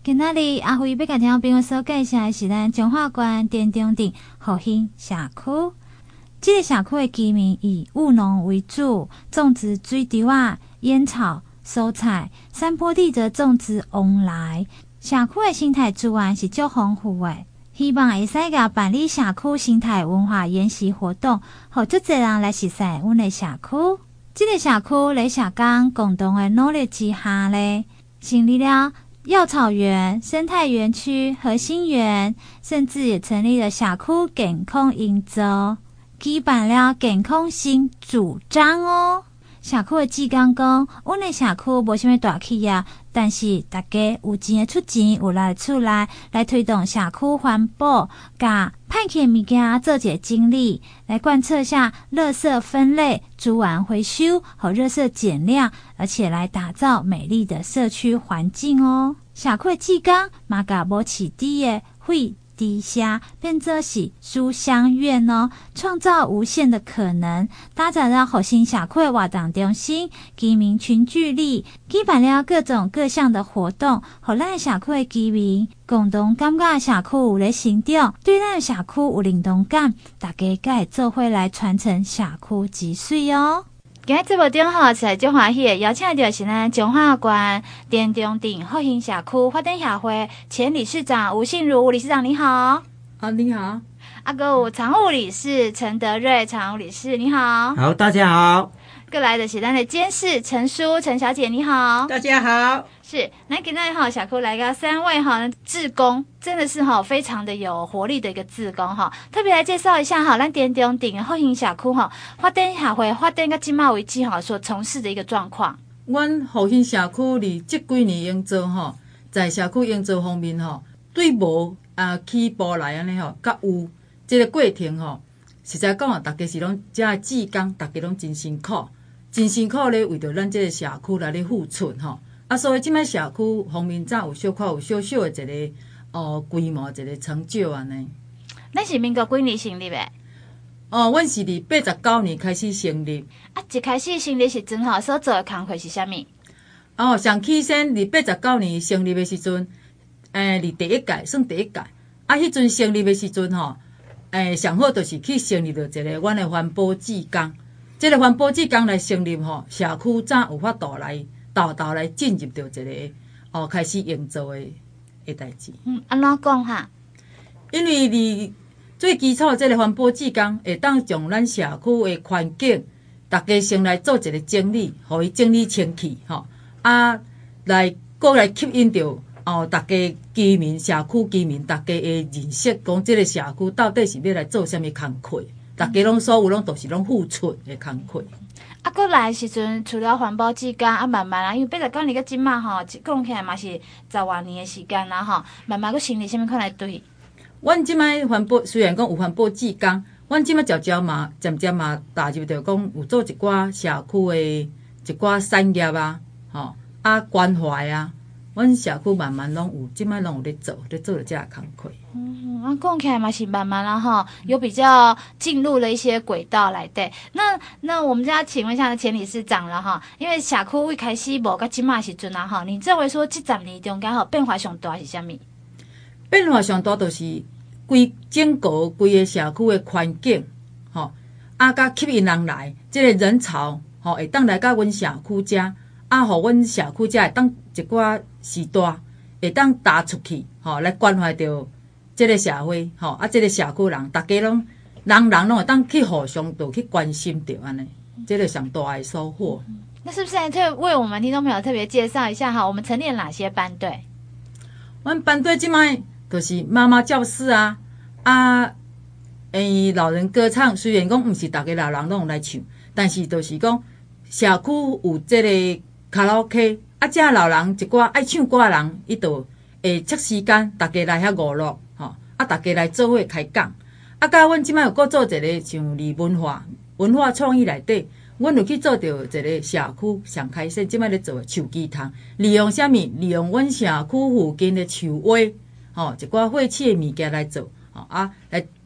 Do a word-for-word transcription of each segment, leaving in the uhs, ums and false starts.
今仔日阿辉要甲听众朋友所介绍的是咱中华县田中镇复兴社区。这个社区的居民以务农为主，种植水稻啊、烟草、蔬菜，山坡地则种植旺来。社区的生态资源是足丰富的，希望会使甲办理社区生态文化研习活动，互足侪人来熟悉阮的社区。这个社区在社工共同的努力之下呢，成立了药草园、生态园区、核心园，甚至也成立了社区健康营造，举办了健康新主张哦。社区的志工讲，阮的社区无啥物大企业，但是大家有钱的出钱，有力的出力，来推动社区环保，甲歹去的物件做一个整理，来贯彻下垃圾分类、资源回收和垃圾减量，而且来打造美丽的社区环境哦。社区的志工嘛，甲无起低的会地下变作是书香院哦，创造无限的可能，打造了复兴社区的活动中心，居民群聚力，举办了各种各项的活动，互咱社区的居民共同感觉社区有咧成长，对咱社区有认同感，大家才会做伙来传承社区之水哦。今日节目中吼，是足欢喜的，邀请到是咱中华县田中镇复兴社区发展协会前理事长吴信如吴理事长，你好。 啊，你好。 啊，个有常务理事陈德瑞常务理事，你好。 好，大家好。 过来的是咱的监事陈淑陈小姐，你好。 大家好。 是，那今天哈社区来个三位哈志工，真的是哈非常的有活力的一个志工哈，特别来介绍一下哈，咱田中镇复兴社区哈发展协会发展到今嘛为止哈所从事的一个状况。 阮复兴社区里这几年营造哈，在社区营造方面哈，对无啊起步来安尼吼，甲有这个过程吼，实在讲啊，大家是拢遮志工，大家拢真辛苦，真辛苦咧，为着咱这个社区来咧付出吼。啊，所以即摆社区方面才有小可有小小的一个哦规模一个成就安尼。 咱是民国几年成立的？ 哦，阮是伫八十九年开始成立。 啊，一开始成立时阵吼，所做的工作是啥物？ 哦，上起先伫八十九年成立的时阵，诶、呃，伫第一届算第一届。啊，迄阵成立的时阵吼，诶、呃，上好就是去成立着一个阮的环保志工。即、这个环保志工来成立吼，社区才有法度来。豆豆来进入到一个哦，开始营造的的代志。 嗯，安怎讲哈？ 因为你最基础这个环保志工会当将咱社区的环境，大家先来做一个整理，互伊整理清气吼。啊，来过来吸引到哦，大家居民、社区居民，大家会认识讲这个社区到底是要来做啥物工课，大家拢所有拢都是拢付出的工课。 啊，过来时阵，除了环保志工啊，慢慢啊，因为八十九年到今嘛吼，讲起来嘛是十外年的时间啦吼，慢慢佫成立啥物款来对？ 阮即摆环保虽然讲有环保志工，阮即摆渐渐嘛，渐渐嘛踏入着讲有做一寡社区的一寡产业啊，吼啊关怀啊，阮社区慢慢拢有，即摆拢有咧做，咧做着遮个工课。 嗯，啊，讲起来嘛是慢慢啦哈，有比较进入了一些轨道来对。那那我们就要请问一下前理事长了哈，因为社区一开始无到今嘛时阵啊哈，你认为说这十年中间吼变化上大是啥物？ 变化上大就是规整个规个社区的环境，吼啊，甲吸引人来，即、这个人潮吼会当来到阮社区遮，啊，互阮社区遮会当一寡时代会当踏出去，吼来关怀着。这个社会，吼啊，这个社区人，大家拢人人拢会当去互相都去关心着安尼，这个上大的收获。 那是不是来特为我们听众朋友特别介绍一下哈？我们成立了哪些班队？ 阮班队即摆就是妈妈教室啊，啊，诶，老人歌唱。虽然讲毋是逐个老人拢有来唱，但是就是讲社区有这个卡拉 OK， 啊，遮老人一寡爱唱歌的人，伊就会测时间，大家来遐娱乐。啊，大家来做伙开讲，啊，甲阮即摆有搁做一个像伫文化文化创意内底，阮有去做着一个社区上开始，即摆咧做树基堂，利用啥物？利用阮社区附近的树蛙，吼、哦，一寡废弃的物件来做，吼、哦、啊，来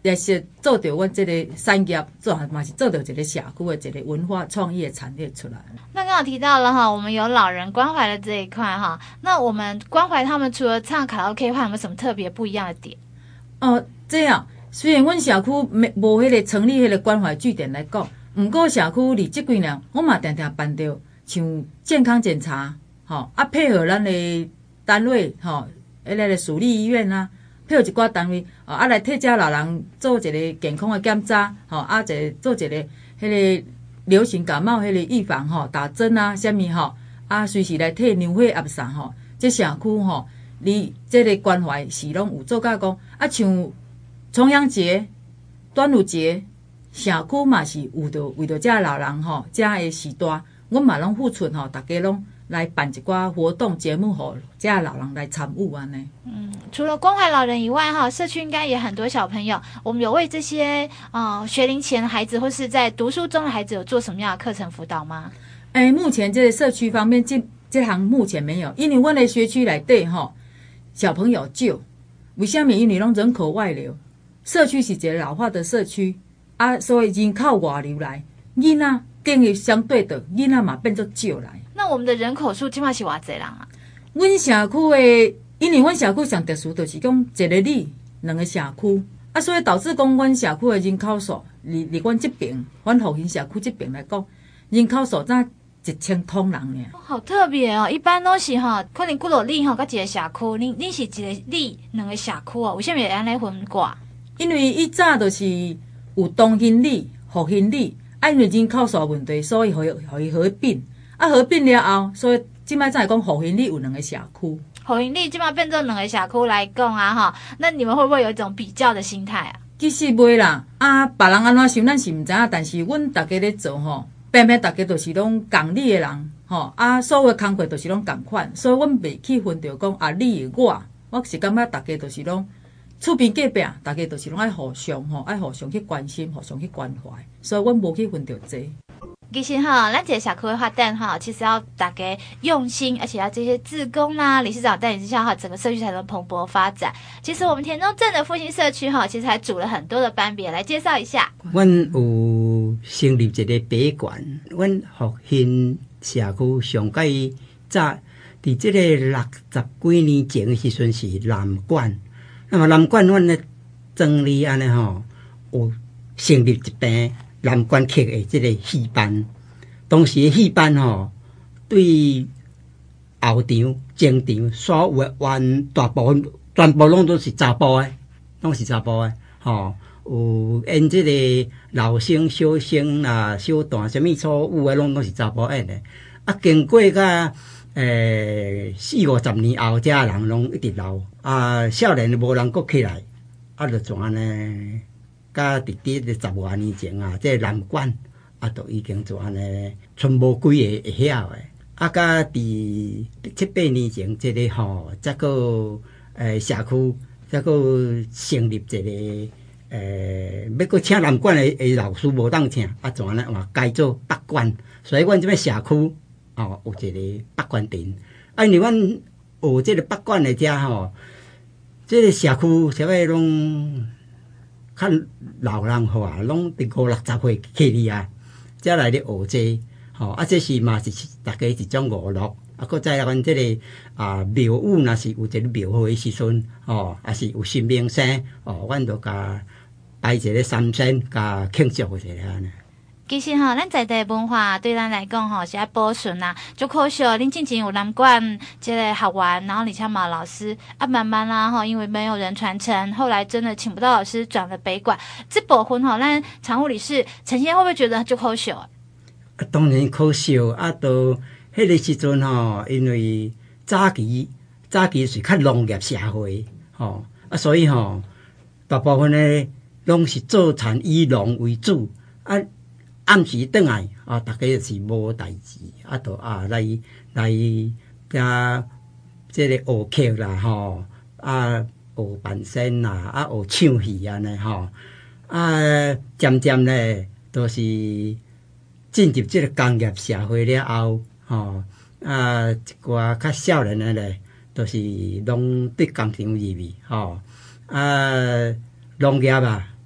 也是做着阮这个产业，做嘛是做着一个社区的一个文化创意的产业出来。 那刚好提到了哈，我们有老人关怀的这一块哈，那我们关怀他们除了唱卡拉 OK 的话，有没有什么特别不一样的点？ 哦，这样虽然阮社区没无迄个成立迄个关怀据点来讲，毋过社区里即几年，我嘛定定办着像健康检查，吼啊配合咱的单位，吼，迄个私立医院啊。配合一寡单位，哦，啊来替遮老人做一个健康的检查，吼，啊，一个做一个迄个流行感冒迄个预防，吼，打针啊，啥物吼，啊，随时来替娘伙压啥吼，这社区吼，离这个关怀是拢有做甲讲，啊，像重阳节、端午节，社区嘛是有着为着遮老人吼，遮的时段，阮嘛拢付出吼，大家拢来办一寡活动节目，吼，遮老人来参与安尼。 嗯，除了关怀老人以外，哈，社区应该也很多小朋友。我们有为这些呃学龄前的孩子或是在读书中的孩子有做什么样的课程辅导吗？ 诶、欸，目前这个社区方面，这这行目前没有，因为阮的学区内底吼小朋友少，为什么？因为拢人口外流，社区是一个老化的社区啊，所以人口外流来，囡仔更会相对的囡仔嘛变作少来。 那我们的人口数今嘛是偌济人啊？ 阮社区的。因为阮社区上特殊，就是讲一个里两个社区，啊，所以导致讲阮社区的人口数，离离阮这边，阮福兴社区这边来讲，人口数才一千通人尔。 哦，好特别哦！一般都是吼，可能几落里吼，甲一个社区，恁恁是一个里两个社区哦，为什么会安尼分挂？ 因为以早就是有东兴里、福兴里，啊，因为人口数问题，所以互互伊合并，啊，合并了后，所以即摆才会讲福兴里有两个社区。 福兴里即马变做两个社区来讲啊，哈，那你们会不会有一种比较的心态啊？ 其实袂啦，啊，别人安怎想咱是毋知影，但是阮大家咧做吼，偏偏大家都是拢共里的人，吼，啊，所有的工课都是拢共款，所以阮袂去分着讲啊，你我，我是感觉大家都是拢厝边隔壁，大家都是拢爱互相吼，爱互相去关心，互相去关怀，所以阮无去分着这。 其实哈，咱这个社区的发展哈，其实要大家用心，而且要这些志工啦、理事长带领之下哈，整个社区才能蓬勃发展。其实我们田中镇的复兴社区哈，其实还组了很多的班别，来介绍一下。 阮有成立一个北馆，阮复兴社区上届早，伫即个六十几年前的时阵是南馆，那么南馆阮的庄里安尼吼，有成立一班。南管区的这个戏班，当时的戏班吼，对后场、前场所有的完大部分全部拢都是查甫的，拢是查甫的，吼、哦、有演这个老生、小生啦、小段，什么所有的拢都是查甫演的。啊，经过甲诶四五十年后，这人拢一直留，啊，少年无人搁起来，啊，就怎呢？甲伫伫咧十外年前啊，即、这个南管啊，都已经做安尼，剩无几个会晓诶。啊，甲伫七八年前，即、这个吼，则个诶社区，则个成立一个诶，要搁请南管诶诶老师无当请，啊，怎呢？话改做北管，所以阮即边社区哦，有一个北管亭。啊，因为阮学即个北管诶遮吼，即、这个社区啥物拢。较老人吼啊，拢伫五六十岁起哩啊，才来咧学这，吼啊，这是嘛是大家一种娱乐，啊，搁再阮即个啊庙宇，若是有一个庙会时阵，吼，啊是有新明星，哦，阮就甲摆一个三牲，甲庆祝一下安尼。 其实吼，咱在地文化对咱来讲吼是爱保存啦，就可惜恁进前有南管这个学员，然后李强马老师啊，慢慢啦吼，因为没有人传承，后来真的请不到老师，转了北管。这部分吼，咱常务理事陈先会不会觉得就可惜？啊， 当然可惜啊！到迄个时阵吼，因为早期早期是较农业社会吼啊，所以吼大部分呢拢是做产以农为主啊。暗时转来啊，大家是无代志，啊，都啊来来加即个学曲啦吼，啊学扮身啦，啊学唱戏安尼吼，啊渐渐咧都是进入即个工业社会了后，吼啊一寡较少年的咧，都是拢对工厂入去吼，啊农业啊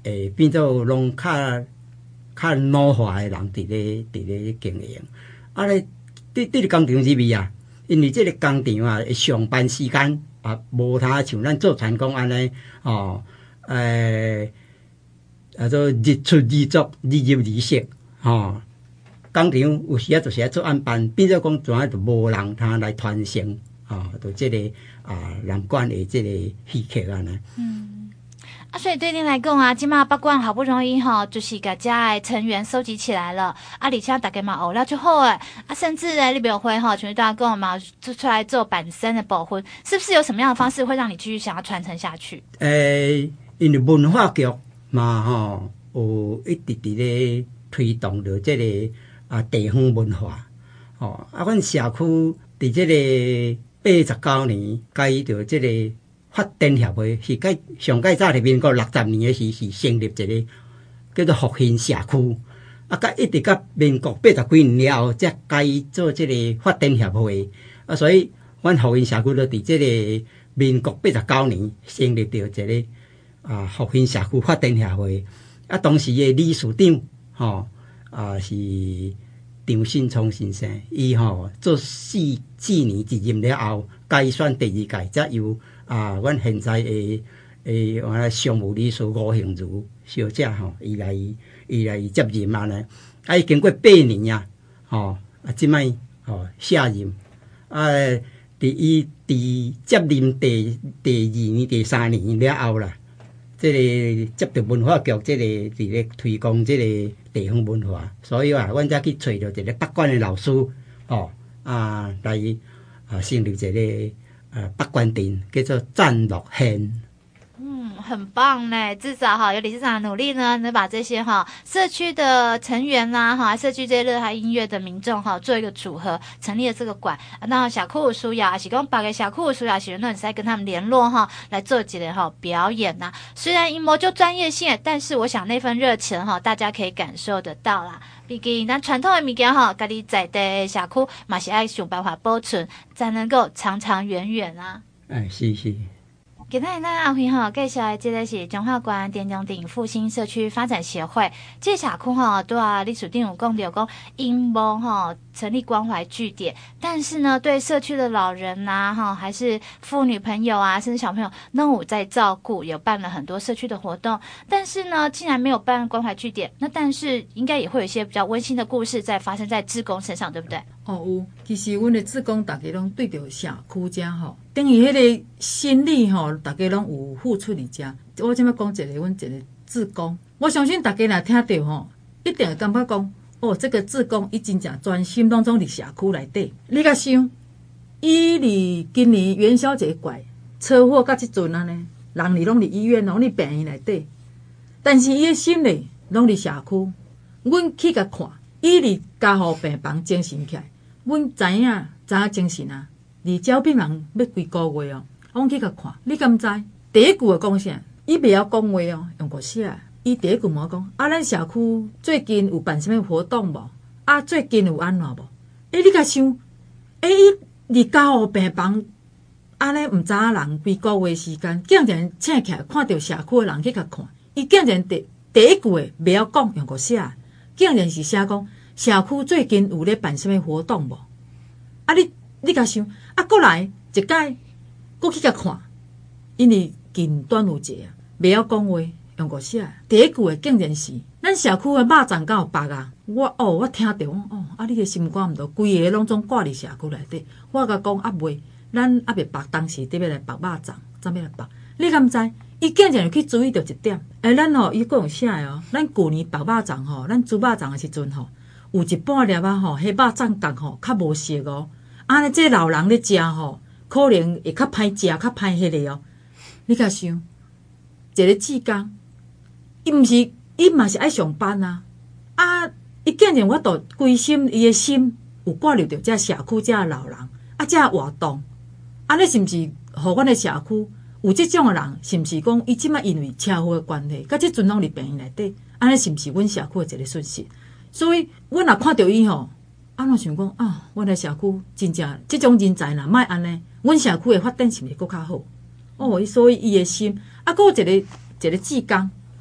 会变做拢较较老化诶人伫咧伫咧经营。啊咧，对对着工厂入面啊，因为即个工厂啊，上班时间啊，无他像咱做船工安尼哦，诶、呃，啊做日出日作，日入日息吼。工厂有时啊，就是爱做暗班，变做讲怎啊就无人通来传承啊，就即、这个啊南管的即个戏曲安尼。 嗯，啊，所以对您来讲啊，今嘛北管好不容易哈，就是甲家的成员收集起来了，啊，而且大家嘛学了就好诶，啊，甚至呢，你比如会哈，全大家跟我嘛做出来做bản身的保婚，是不是有什么样的方式会让你继续想要传承下去？ 诶、呃，因为文化局嘛吼，有一直伫咧推动着即、这个。啊，地方文化，哦，啊，阮社区伫即个八十九年改着即个发展协会，是改上改早伫民国六十年诶时是成立一个叫做复兴社区，啊，甲一直到民国八十几年了后，才改做即个发展协会，啊，所以阮复兴社区就伫即个民国八十九年成立着一个啊复兴社区发展协会，啊，当时诶理事长，吼、哦。啊，是张信聪先生，伊吼做四四年一任了后，改选第二届，则由啊，阮现在诶诶，我常务理事吴幸如小姐吼，伊来伊来接任安尼。啊，伊经过八年啊，吼啊，即摆吼卸任啊，伫伊伫接任第第二年、第三年了后啦。即个接着文化局，即个伫咧推广即个地方文化，所以啊，阮才去找着一个北管的老师，哦啊来啊成立一个呃北管店，叫做赞乐县。 嗯，很棒呢，至少哈有理事长的努力呢，能把这些哈社区的成员啦哈，社区这些热爱音乐的民众哈做一个组合，成立了这个馆。那小库苏雅是讲把给小库苏雅学员，那你再跟他们联络哈，来做几个哈表演呐。虽然阴谋就专业性，但是我想那份热情哈，大家可以感受得到啦。毕竟咱传统的物件哈，家己在地社区嘛是爱想办法保存，才能够长长远远啊。 哎，是是。 今天咱阿辉吼介绍的这个是中华县田中町复兴社区发展协会。这社区吼对啊，历史定有讲到讲因谋吼成立关怀据点，但是呢，对社区的老人呐、啊、哈，还是妇女朋友啊，甚至小朋友，那我在照顾，有办了很多社区的活动。但是呢，既然没有办关怀据点，那但是应该也会有一些比较温馨的故事在发生在志工身上，对不对？ 哦，有。其实阮的志工大家拢对着社区遮吼，等于迄个心理吼，大家拢有付出伫遮。我即摆讲一个，阮一个志工，我相信大家若听着吼，一定会感觉讲，哦，这个志工伊真正专心当中伫社区内底。你甲想，伊伫今年元宵节怪车祸到即阵安尼，人伫拢伫医院，拢伫病院内底，但是伊的心咧拢伫社区。阮去甲看，伊伫家护病房精神起来。阮知影，知影精神啊！离招病人要几个月哦，阮去甲看，你敢知？第一句会讲啥？伊袂晓讲话哦，用个写。伊第一句问我讲：啊，咱社区最近有办啥物活动无？啊，最近有安怎无？诶、欸，你甲想，诶、欸，伊离家护病房，安尼毋知影人几个月时间，竟然请起来看到社区的人去甲看，伊竟然第第一句话袂晓讲，用个写，竟然是写讲。社区最近有咧办什么活动无？啊你，你你甲想，啊，过来一届，过去甲看，因为近端午节啊，袂晓讲话，用个写。第一句话竟然是咱社区的肉粽敢有白啊！我哦，我听着哦，啊，你的心肝毋着，规个拢总挂伫社区内底。我甲讲啊袂，咱啊袂白，当时得要来白肉粽，怎要来白？你敢知？伊竟然去注意到一点，诶，咱吼伊讲有写诶哦，咱旧年白肉粽吼，咱煮肉粽诶时阵吼。有一半粒啊吼，迄肉粽角吼较无熟哦。安尼这老人咧食吼，可能会较歹食，较歹迄个哦。你甲想，一个志工，伊毋是伊嘛是爱上班啊。啊，伊竟然我都关心伊的心有挂留着这社区这老人，啊这活动，安尼是毋是互阮的社区有即种的人？是毋是讲伊即摆因为车祸的关系，甲即阵拢伫病院内底？安尼是毋是阮社区的一个损失？所以，阮若看到伊吼，啊，我想讲啊，阮的社区真正即种人才若莫安尼，阮社区的发展是毋是搁较好？哦，所以伊的心，啊，搁有一个一个志工，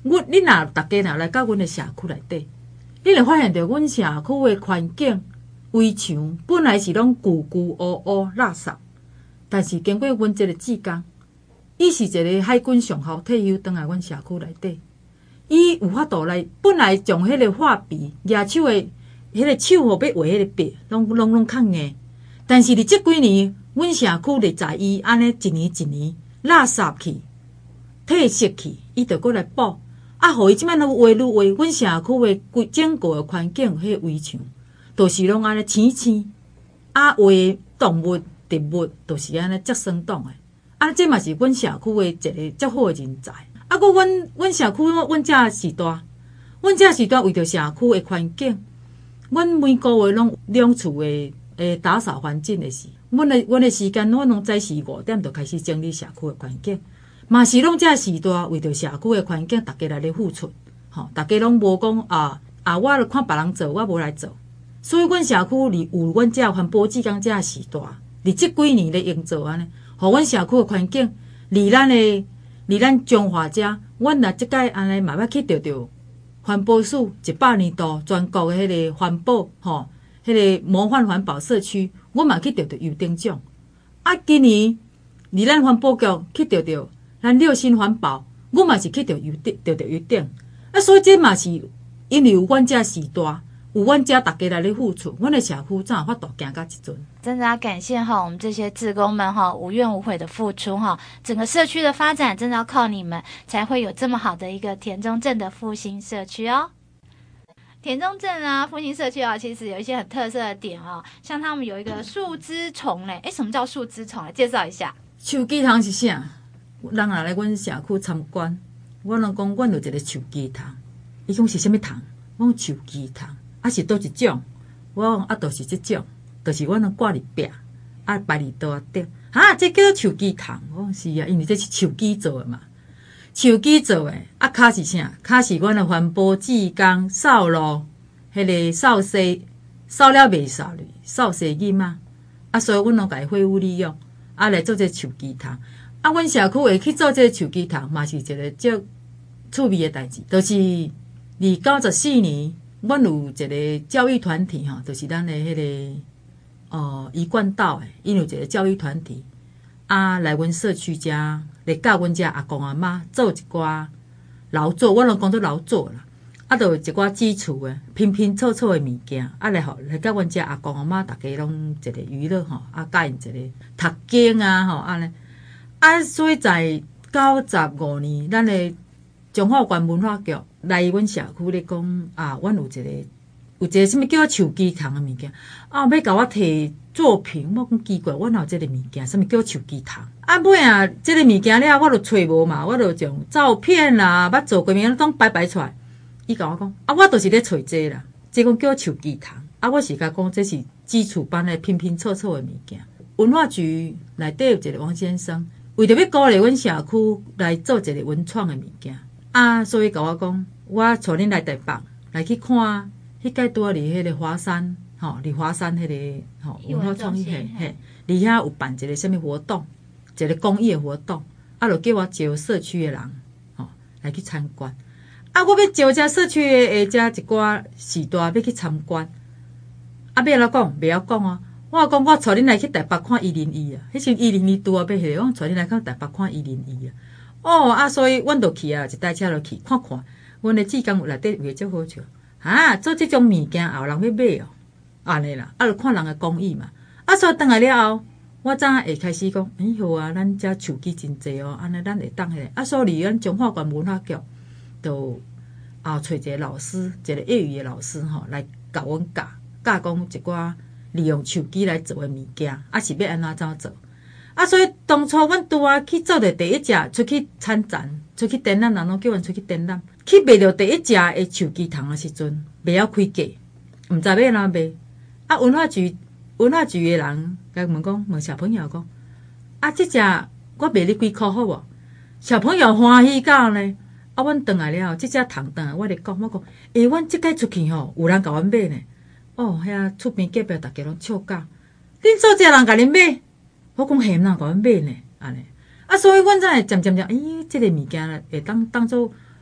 阮你若大家若来到阮的社区内底，你会发现着阮社区的环境围墙本来是拢旧旧乌乌垃圾，但是经过阮这个志工，伊是一个海军上校退休，倒来阮社区内底，伊有法度来本来将迄个画笔、牙手的迄个手吼要画迄个笔，拢拢拢较硬。但是伫即几年，阮社区就在伊安尼一年一年垃圾去、褪色去，伊就过来补。啊，互伊即摆愈画愈画，阮社区的规整个的环境，迄个围墙，都是拢安尼青青，啊，画动物、植物，都是安尼足生动的。啊，这嘛是阮社区的一个足好的人才。啊，搁阮阮社区，阮遮时代，阮遮时代为着社区的环境，阮每个月拢两厝的诶打扫环境的事。阮的阮的时间，阮拢早时五点就开始整理社区的环境。嘛是拢遮时代为着社区的环境，大家来咧付出，吼，大家拢无讲啊啊，我看别人做，我无来做。所以，阮社区离有阮遮环保志工遮时代，伫即几年咧营造安尼，互阮社区的环境，离咱的离咱中华遮，阮若即摆安尼嘛要去着着环保署一百年度全国的迄个环保，吼，迄个模范环保社区，阮嘛去着着优等奖。啊，今年离咱环保局去着着。咱六星环保，阮嘛是去着优顶，着着优顶。啊，所以这嘛是因为有阮遮时代，有阮遮大家来咧付出，阮的社区才有法度行到即阵。 真的要感谢哈我们这些志工们哈无怨无悔的付出哈，整个社区的发展真的要靠你们，才会有这么好的一个田中镇的复兴社区哦。田中镇啊，复兴社区啊，其实有一些很特色的点哦，像他们有一个树枝丛嘞，诶，什么叫树枝丛？来介绍一下。 树枝藤是啥？人若来阮社区参观，我拢讲，阮有一个树枝藤。伊讲是啥物藤？我讲树枝藤，啊是倒一种？我讲啊，就是即种，就是阮拢挂伫壁，啊摆伫桌仔顶。哈，这叫做树枝藤。我讲是啊，因为这是树枝做的嘛，树枝做的。啊，骹是啥？骹是阮的环保志工扫路，迄个扫西扫了袂扫哩，扫西囡仔。啊，所以阮拢家废物利用，啊来做这树枝藤。啊，阮社区会去做这个树枝藤，嘛是一个足趣味的代志。就是二九十四年，阮有一个教育团体吼，就是咱的迄、那个哦一贯道的，因有一个教育团体啊，来阮社区遮来教阮遮阿公阿妈做一寡劳作，我拢讲做劳作啦。啊，就有一寡基础的拼拼凑凑的物件，啊来互来教阮遮阿公阿妈，大家拢一个娱乐吼，啊教因一个读经啊吼，安尼。啊，所以在九十五年，咱的中华县文化局来阮社区咧讲啊，阮有一个有一个什物叫树枝藤的物件啊，要甲我摕作品，我讲奇怪，阮哪有即个物件？什物叫树枝藤？啊，尾啊，即个物件了，我就找无嘛，我就将照片啦、捌做过物拢摆摆出来。伊甲我讲啊，我就是咧找这啦，这讲叫树枝藤。啊，我是甲讲这是基础班的拼拼凑凑的物件。文化局内底有一个王先生。为着要鼓励阮社区来做一个文创的物件，啊，所以甲我讲，我带恁来台北来去看，迄个拄啊，伫迄个华山，吼，伫华山迄、那个吼文化创意嘿，嘿，伫遐有办一个什物活动，一个公益的活动，啊，就叫我招社区的人，吼，来去参观。啊，我要招遮社区的下遮一寡时代要去参观，啊，要安怎讲？袂晓讲啊。我讲我带恁来去台北看一零一啊，迄时一零一拄啊要去，我带恁来去台北看一零一啊。哦啊，所以阮就去啊，一台车就去看看。阮的志工有内底有诶足好笑，啊，做即种物件也有人要买哦，安尼啦，啊，就看人诶公益嘛。啊，所以倒来了后，我早会开始讲，哎好啊，咱遮树枝真济哦，安尼咱会当迄个。啊，所以咱中华县文化局就啊找一个老师，一个业余诶老师吼，来教阮教教讲一寡。利用手机来做的物件，啊是要安怎怎做？啊，所以当初阮拄啊去做着第一只出去参展，出去展览，人拢叫阮出去展览。去买着第一只的树枝藤的时阵，袂晓开价，毋知要安怎买。啊，文化局文化局的人甲问讲，问小朋友讲，啊，即只我卖你几箍好无？小朋友欢喜到呢。啊，阮转来了后，即只藤转来，我咧讲，我讲，诶、欸，阮即摆出去吼，有人甲阮买呢。哦，遐厝边隔壁大家拢笑到，恁做这人甲恁买，我讲嫌人甲阮买呢，安尼。啊，所以阮才会渐渐渐，咦、欸，即、这个物件会当当做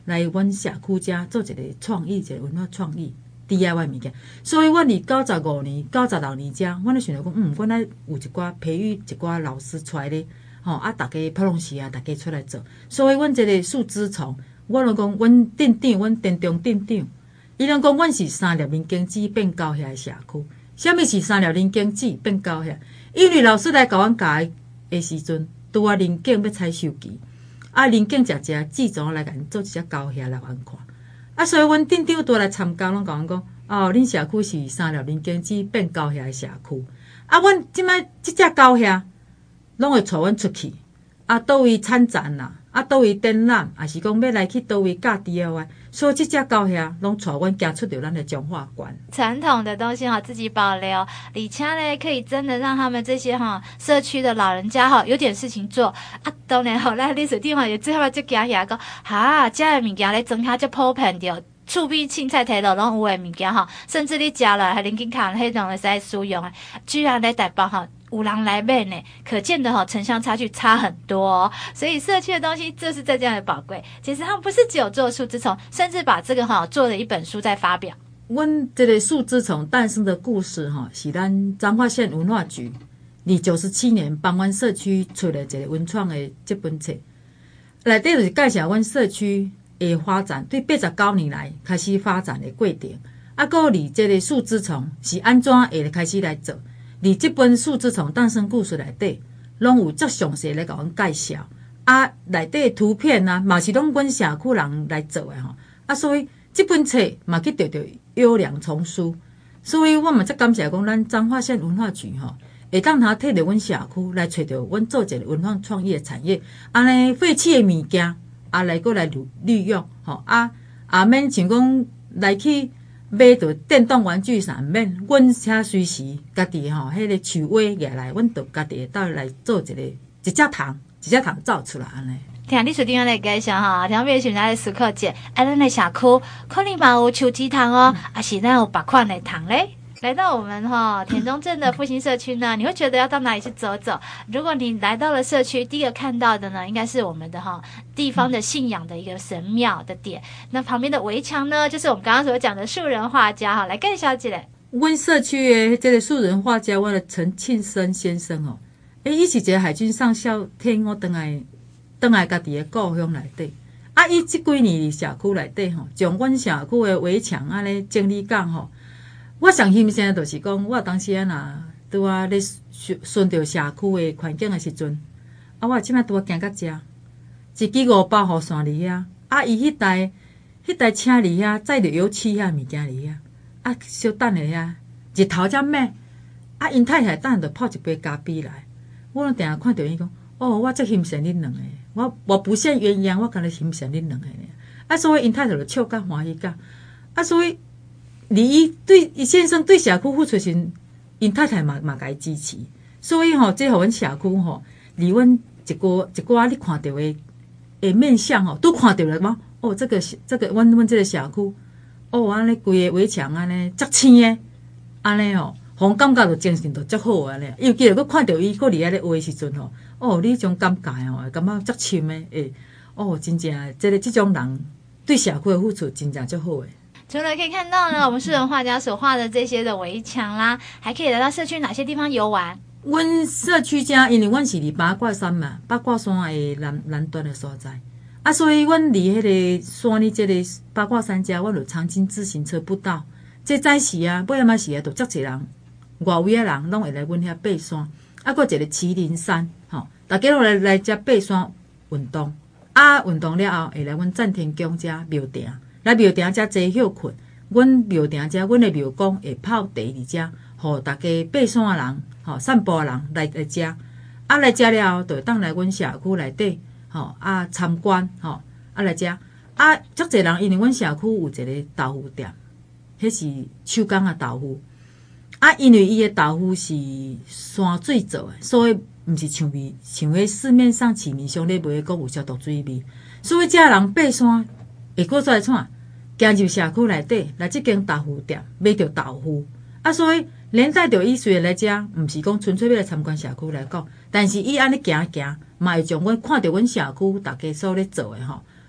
来阮社区遮做一个创意，一个文化创意 D I Y 物件。所以阮伫九十五年、九十六年遮，阮咧想着讲，嗯，阮来有一寡培育一寡老师出来咧，吼啊，逐家普隆时啊，逐家出来做。所以阮这个树枝丛，我拢讲，阮店长，阮店中店长，伊拢讲，阮是三粒人经济变高遐的社区。啥物是三粒人经济变高遐？因为老师来甲阮教的时阵，拄啊人景要采收期。啊，人景食食，志总来甲因做一只高遐来阮看。啊，所以阮店长都来参加，拢甲阮讲，哦，恁社区是三粒人经济变高遐的社区。啊，阮即摆即只高遐，拢会带阮出去。啊，倒位参展啦，啊，倒位展览，也是讲要来去倒位教 D I Y。所以即只高遐，拢带阮行出着咱的中华馆。 传统的东西哈，自己保留，而且呢，可以真的让他们这些哈社区的老人家哈有点事情做啊。当然吼，咱历史地方也最后就行遐讲，哈，这的物件咧装遐就普遍着。厝边凊彩摕落拢有诶物件吼，甚至你食了还零金卡迄种会使使用诶，居然在台北吼有人来买呢，可见的吼城乡差距差很多哦。所以社区的东西就是在这样的宝贵。其实他们不是只有做树枝丛，甚至把这个吼做了一本书在发表。 阮这个树枝丛诞生的故事吼，是咱彰化县文化局伫九十七年帮阮社区出了一个文创的这本册，内底就是介绍阮社区的发展，对八十九年来开始发展的过程，啊，搁伫这个树枝丛是安怎会开始来做？伫这本树枝丛诞生故事内底，拢有足详细来甲阮介绍，啊，内底的图片啊，嘛是拢阮社区人来做的吼，啊，所以这本册嘛去得到优良丛书，所以我嘛则感谢讲咱彰化县文化局吼，会当他摕着阮社区来找着阮做一个文化创意的产业，安尼废弃的物件。啊，来过来利利用，吼啊，啊免像讲来去买着电动玩具啥免，阮且随时家己吼，迄个树尾下来，阮就家己倒来做一个一只糖，一只糖造出来安尼。 听历史地方来介绍哈，听别人来思考者，啊，咱的社区可能嘛有树枝糖哦，啊是咱有别款的糖嘞。来到我们哈田中镇的复兴社区呢，你会觉得要到哪里去走走？如果你来到了社区，第一个看到的呢，应该是我们的哈地方的信仰的一个神庙的点。那旁边的围墙呢，就是我们刚刚所讲的树人画家哈。来，介绍一下。 阮社区的这个树人画家，我的陈庆生先生哦，诶，伊是一个海军上校，替我倒来倒来家己的故乡内底。啊，伊即几年社区内底吼，将阮社区的围墙安尼整理讲吼。我上欣赏就是讲，我当时啊若拄啊咧顺着社区的环境的时阵，啊，我即摆拄啊行到遮，一支五百号线离遐，啊，伊迄台迄台车离遐，载着油漆遐物件离遐，啊，小等下遐，日头才猛，啊，因太太等下就泡一杯咖啡来，我拢定下看到伊讲，哦，我最欣赏恁两个，我我不羡鸳鸯，我干咧欣赏恁两个，啊，所以因太太就笑甲欢喜甲，啊，所以。而伊对伊先生对社区付出时，因太太嘛嘛甲伊支持，所以吼，这互阮社区吼，离阮一个一寡你看到的诶面相吼，都看到了吗？哦，这个这个阮阮这个社区，哦，安尼规个围墙安尼足青诶，安尼吼，互感觉着精神着足好安尼。尤其着佫看到伊佫伫遐咧画时阵吼，哦，你迄种感觉吼，感觉足深诶，诶，哦，真正这个这种人对社区的付出真正足好诶。 除了可以看到呢，我们树人画家所画的这些的围墙啦，还可以来到社区哪些地方游玩？ 阮社区遮，因为阮是伫八卦山嘛，八卦山的南南端的所在，啊，所以阮离迄个山里这个八卦山遮，阮有长青自行车步道。这早时啊，尾暗时啊，就足侪人，外围的人拢会来阮遐爬山。啊，搁一个麒麟山，吼，大家拢来来遮爬山运动。啊，运动了后，会来阮赞天宫遮庙埕。来庙埕遮坐休困，阮庙埕遮，阮的庙公会泡茶伫遮，互大家爬山的人、吼散步的人来来遮。啊，来遮了后，就会当来阮社区内底，吼啊参观，吼啊来遮。啊，足侪人因为阮社区有一个豆腐店，迄是手工的豆腐。啊，因为伊的豆腐是山水做的，所以毋是像味像迄市面上市面上咧卖的，阁有消毒水味。所以遮人爬山。会过出来创，行入社区内底，来即间豆腐店买着豆腐，啊，所以连带着伊虽然来遮，毋是讲纯粹要来参观社区来讲，但是伊安尼行行，嘛会将阮看着阮社区大家所咧做诶吼，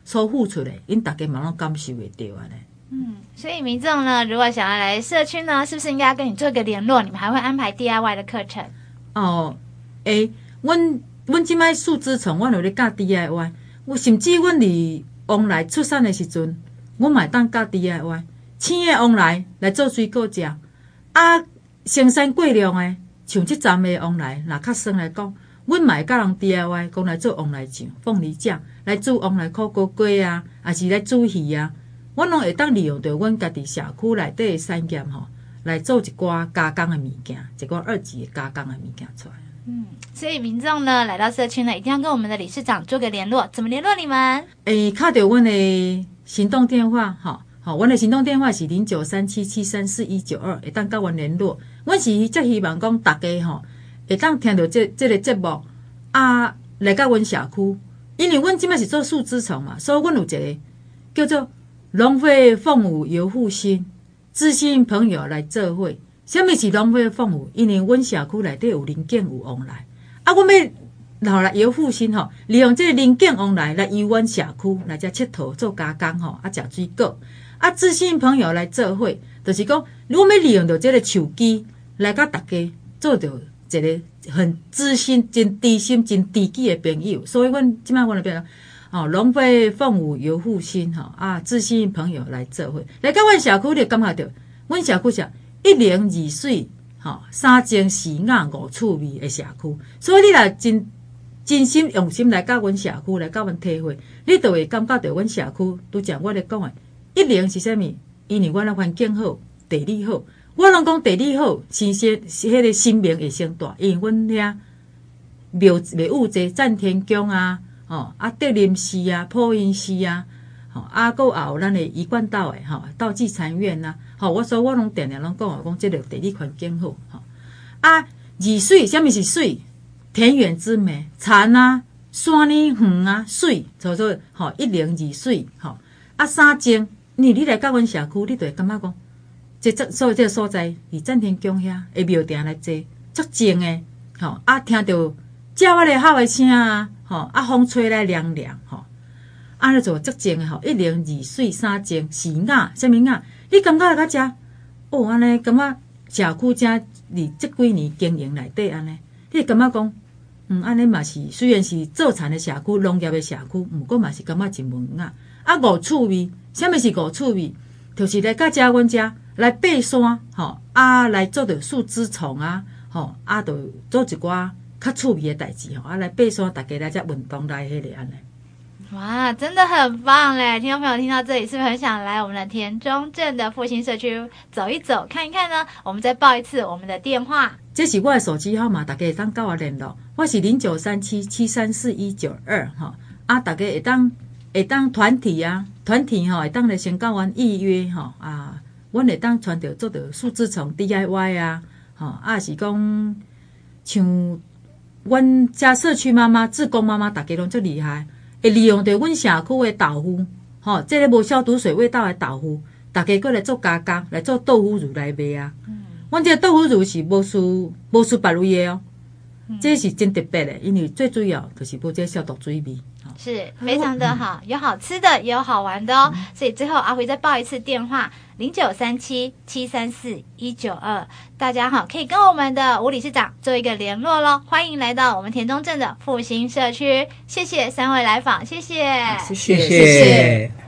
所付出的，因大家嘛拢感受会到安尼。 嗯，所以民众呢，如果想要来社区呢，是不是应该要跟你做一个联络？你们还会安排 D I Y 的课程？ 哦，诶，阮阮即摆树枝丛，阮有咧教 D I Y， 我甚至阮伫往来出产的时阵，阮嘛会当教 D I Y， 青的往来来做水果食，啊，生产过量的，像即站的往来，若较酸来讲，阮嘛会教人 D I Y， 讲来做往来酱、凤梨酱，来煮往来苦果粿啊，还是来煮鱼啊。阮拢会当利用着阮家己社区内底的产业吼，来做一寡加工的物件，一寡二级的加工的物件出来。 嗯，所以民众呢来到社区呢，一定要跟我们的理事长做个联络。怎么联络你们？诶， 敲着阮的行动电话，吼，吼，阮的行动电话是零九三七七三四一九二，会当甲阮联络。阮是则希望讲大家吼，会当听到这这个节目啊，来到阮社区，因为阮即摆是做树枝丛嘛，所以阮有一个叫做。农会凤舞游复兴，知心朋友来做伙。什么是农会凤舞？因为阮社区内底有邻境有往来，啊，阮要留来游复兴吼，利用这个邻境往来来游阮社区来遮佚佗做加工吼，啊，食水果，啊，知心朋友来做伙，就是讲，阮要利用到这个手机来甲大家做到一个很知心、真知心、真知己的朋友。所以，阮即摆阮的朋友。哦，龙飞凤舞游复兴吼啊，知心朋友来做伙，来到阮社区你感觉到，阮社区是一零二水吼，三情四雅五趣味的社区，所以你若真真心用心来到阮社区来到阮体会，你就会感觉到阮社区拄像我咧讲的，一零是啥物？因为阮的环境好，地理好，我拢讲地理好，新鲜迄个生命会先大，因为阮遐庙庙宇侪赞天宫啊。哦，啊，德林寺啊，普音寺啊，吼、哦，啊，搁也有咱的一贯道诶，吼、哦，道济禅院呐，吼、哦，我所以我拢定定拢讲讲，即个地理环境好，吼、哦，啊，二水，什么是水？田园之美，田啊，山呢，园啊，水，所以吼、哦，一零二水，吼、哦，啊，三景，你你来到阮社区，你就会感觉讲，即这所以这个所在，伫赞天宫遐，会庙埕来坐，足静诶，吼、哦，啊，听到鸟仔咧吼诶声啊。吼，啊，风吹来凉凉，吼，安尼做足静诶，吼，一零二水三静四雅，啥物雅？你感觉来甲遮？哦，安尼感觉社区遮伫即几年经营内底安尼，你感觉讲，嗯，安尼嘛是虽然是做田诶社区、农业诶社区，毋过嘛是感觉真文雅。啊，五趣味，啥物是五趣味？就是来甲遮阮遮来爬山，吼，啊，来做着树枝丛啊，吼，啊，着做一寡。较趣味的代志吼，啊来爬山，大家来遮运动来迄个安尼。 哇，真的很棒嘞！听众朋友听到这里，是不是很想来我们的田中镇的复兴社区走一走、看一看呢？我们再报一次我们的电话， 这是我的手机号码，大家会当跟我联络。我是零九三七七三四一九二哈，啊，大家会当会当团体啊，团体吼、喔、会当来先跟阮预约吼、喔、啊，阮会当传着做着树枝丛 D I Y 啊，吼、喔、啊是讲像。阮遮社区妈妈、志工妈妈，大家拢足厉害，会利用着阮社区的豆腐，吼、哦，即、这个无消毒水味道的豆腐，大家过来做加工，来做豆腐乳来卖啊。嗯，阮这豆腐乳是无输无输别类的哦，嗯、这是真特别的，因为最主要就是无这消毒水味。 是非常的好，嗯、有好吃的，也有好玩的哦。嗯、所以最后阿辉再报一次电话：零九三七七三四一九二。大家好，可以跟我们的吴理事长做一个联络咯。欢迎来到我们田中镇的复兴社区，谢谢三位来访，谢谢， 谢谢。谢谢